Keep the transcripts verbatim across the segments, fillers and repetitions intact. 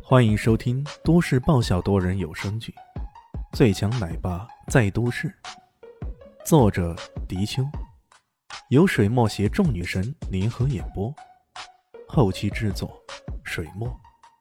欢迎收听都市爆笑多人有声剧《最强奶爸在都市》，作者：迪秋，由水墨携众女神联合演播，后期制作：水墨。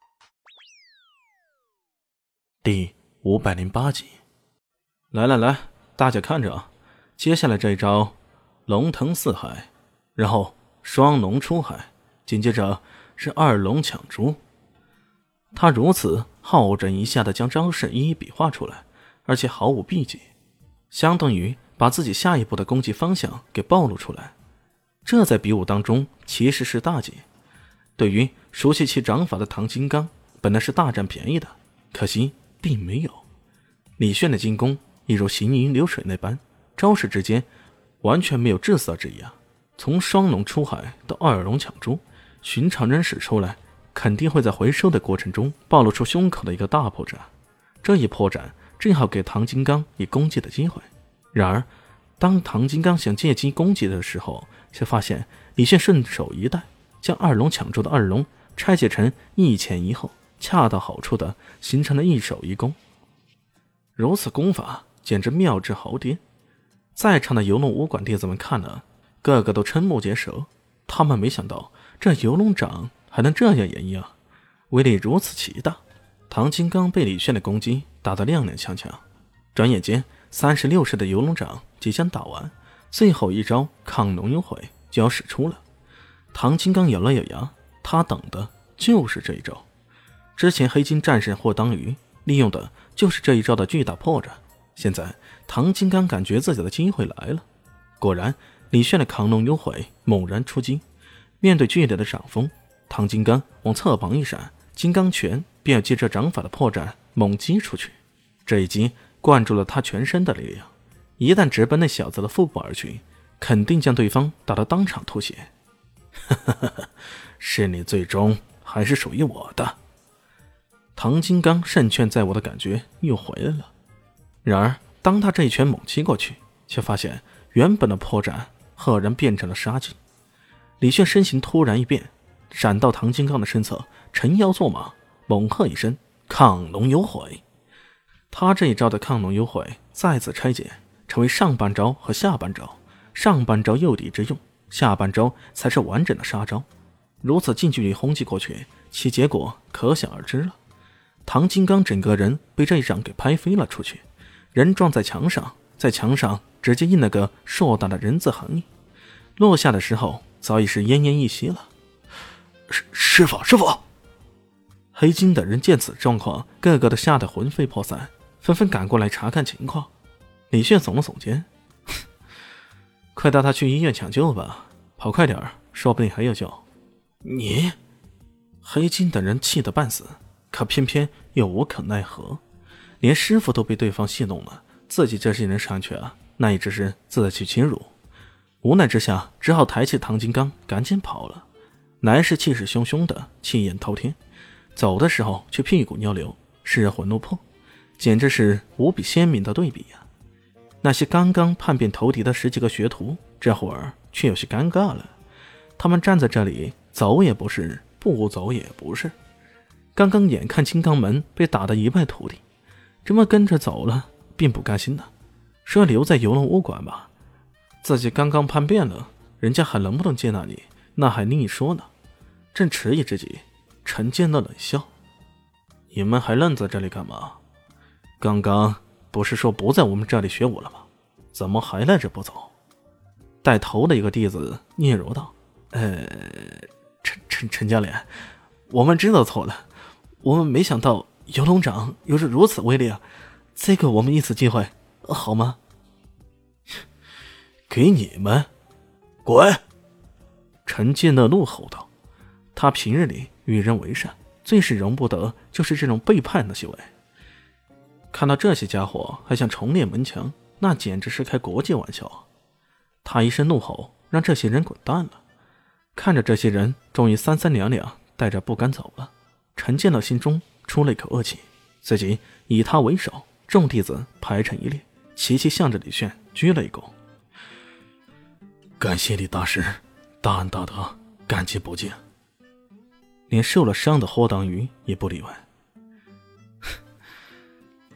第五百零八集。 来来来，大家看着啊，接下来这一招龙腾四海，然后双龙出海，紧接着是二龙抢珠。他如此好整一下的将招式一一比划出来，而且毫无避忌，相当于把自己下一步的攻击方向给暴露出来。这在比武当中其实是大忌。对于熟悉其掌法的唐金刚，本来是大占便宜的，可惜并没有。李炫的进攻一如行云流水那般，招式之间完全没有滞涩之意啊！从双龙出海到二龙抢珠，寻常人使出来肯定会在回收的过程中暴露出胸口的一个大破绽，这一破绽正好给唐金刚以攻击的机会。然而当唐金刚想借机攻击的时候，却发现李炫顺手一带，将二龙抢珠的二龙拆解成一前一后，恰到好处的形成了一手一攻。如此攻法简直妙至毫巅，在场的游龙武馆弟子们看了，个个都瞠目结舌。他们没想到这游龙掌还能这样演绎啊，威力如此奇大。唐金刚被李炫的攻击打得踉踉跄跄，转眼间三十六式的游龙掌即将打完，最后一招亢龙有悔就要使出了。唐金刚咬了咬牙，他等的就是这一招。之前黑金战神霍当鱼利用的就是这一招的巨大破绽，现在唐金刚感觉自己的机会来了。果然李炫的亢龙有悔猛然出击，面对剧烈的掌风，唐金刚往侧旁一闪，金刚拳便要借着掌法的破绽猛击出去。这一击灌注了他全身的力量，一旦直奔那小子的腹部而去，肯定将对方打得当场吐血。是你最终还是属于我的。唐金刚胜券在握的感觉又回来了。然而当他这一拳猛击过去，却发现原本的破绽赫然变成了杀机。李炫身形突然一变，闪到唐金刚的身侧，沉腰坐马，猛喝一声亢龙有悔。他这一招的亢龙有悔再次拆解，成为上半招和下半招，上半招诱敌之用，下半招才是完整的杀招。如此近距离轰击过去，其结果可想而知了。唐金刚整个人被这一掌给拍飞了出去，人撞在墙上，在墙上直接印了个硕大的人字横印，落下的时候早已是奄奄一息了。 师师傅师傅！ 黑金等人见此状况，个个都吓得魂飞魄散，纷纷赶过来查看情况。李炫耸了耸肩，快带他去医院抢救吧，跑快点，说不定还有救。 你！ 黑金等人气得半死，可偏偏又无可奈何，连师傅都被对方戏弄了，自己这些人上去啊，那也只是自取其辱。无奈之下，只好抬起唐金刚赶紧跑了。乃是气势汹汹的，气焰滔天，走的时候却屁股尿流，失魂落魄，简直是无比鲜明的对比啊！那些刚刚叛变投敌的十几个学徒，这会儿却有些尴尬了。他们站在这里，走也不是，不走也不是。刚刚眼看金刚门被打得一败涂地，这么跟着走了，并不甘心的，说留在游龙武馆吧。自己刚刚叛变了，人家还能不能接纳你，那还另一说呢。正迟疑之际，陈建乐冷笑：你们还愣在这里干嘛？刚刚不是说不在我们这里学武了吗？怎么还赖着不走？带头的一个弟子嗫嚅道：呃，陈陈陈教练，我们知道错了，我们没想到游龙掌有着如此威力啊，再给我们一次机会好吗？ 给你们滚！ 陈建乐怒吼道。他平日里与人为善，最是容不得就是这种背叛的行为。看到这些家伙还想重练门墙，那简直是开国际玩笑。他一声怒吼，让这些人滚蛋了。看着这些人终于三三两两带着不甘走了，陈建乐心中出了一口恶气，随即以他为首，众弟子排成一列，齐齐向着李炫鞠了一躬。 感谢李大师，大恩大德，感激不尽。 连受了伤的霍当鱼也不例外，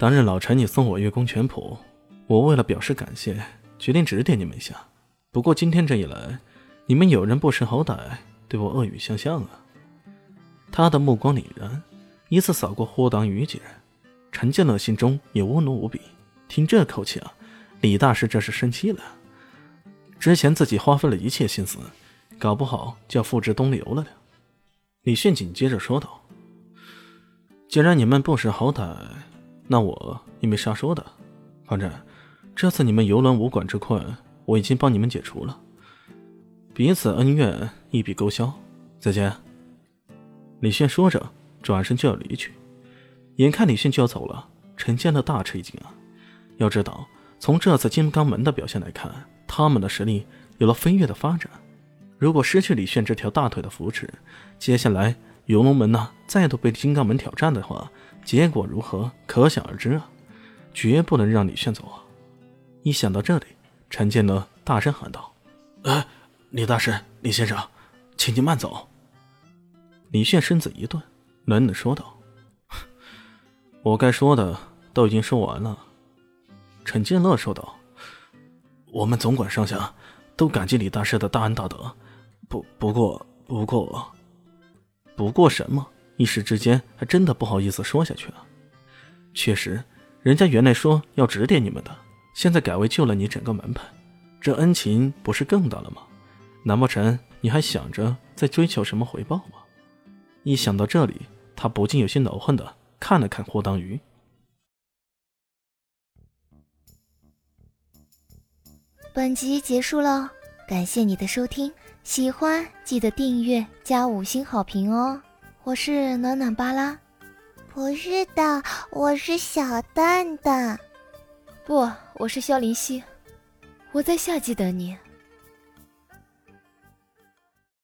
当日老陈你送我月宫全谱，我为了表示感谢，决定指点你们一下。不过今天这一来，你们有人不识好歹，对我恶语相向啊。他的目光凛然，一次扫过霍当于几人，陈建乐心中也窝怒无比。听这口气啊，李大师这是生气了。之前自己花费了一切心思，搞不好就要付之东流了的。李炫紧接着说道：既然你们不识好歹，那我也没啥说的。反正这次你们游轮无管之困，我已经帮你们解除了，彼此恩怨一笔勾销，再见。李炫说着转身就要离去，眼看李炫就要走了，陈建乐大吃一惊啊！要知道从这次金刚门的表现来看，他们的实力有了飞跃的发展。如果失去李炫这条大腿的扶持，接下来游龙门呢再度被金刚门挑战的话，结果如何可想而知啊！绝不能让李炫走啊！一想到这里，陈建乐大声喊道：哎，李大师，李先生，请您慢走。李炫身子一顿，冷冷说道：我该说的都已经说完了。陈建乐说道：我们总管上下都感激李大师的大恩大德，不不过不过不过什么？一时之间还真的不好意思说下去了。确实，人家原来说要指点你们的，现在改为救了你整个门派，这恩情不是更大了吗？难不成你还想着再追求什么回报吗？一想到这里，他不禁有些恼恨的看了看霍当鱼。 本集结束了，感谢你的收听，喜欢记得订阅加五星好评哦。我是暖暖巴拉。 不是的，我是小蛋蛋。 不，我是萧林希。我在夏季等你。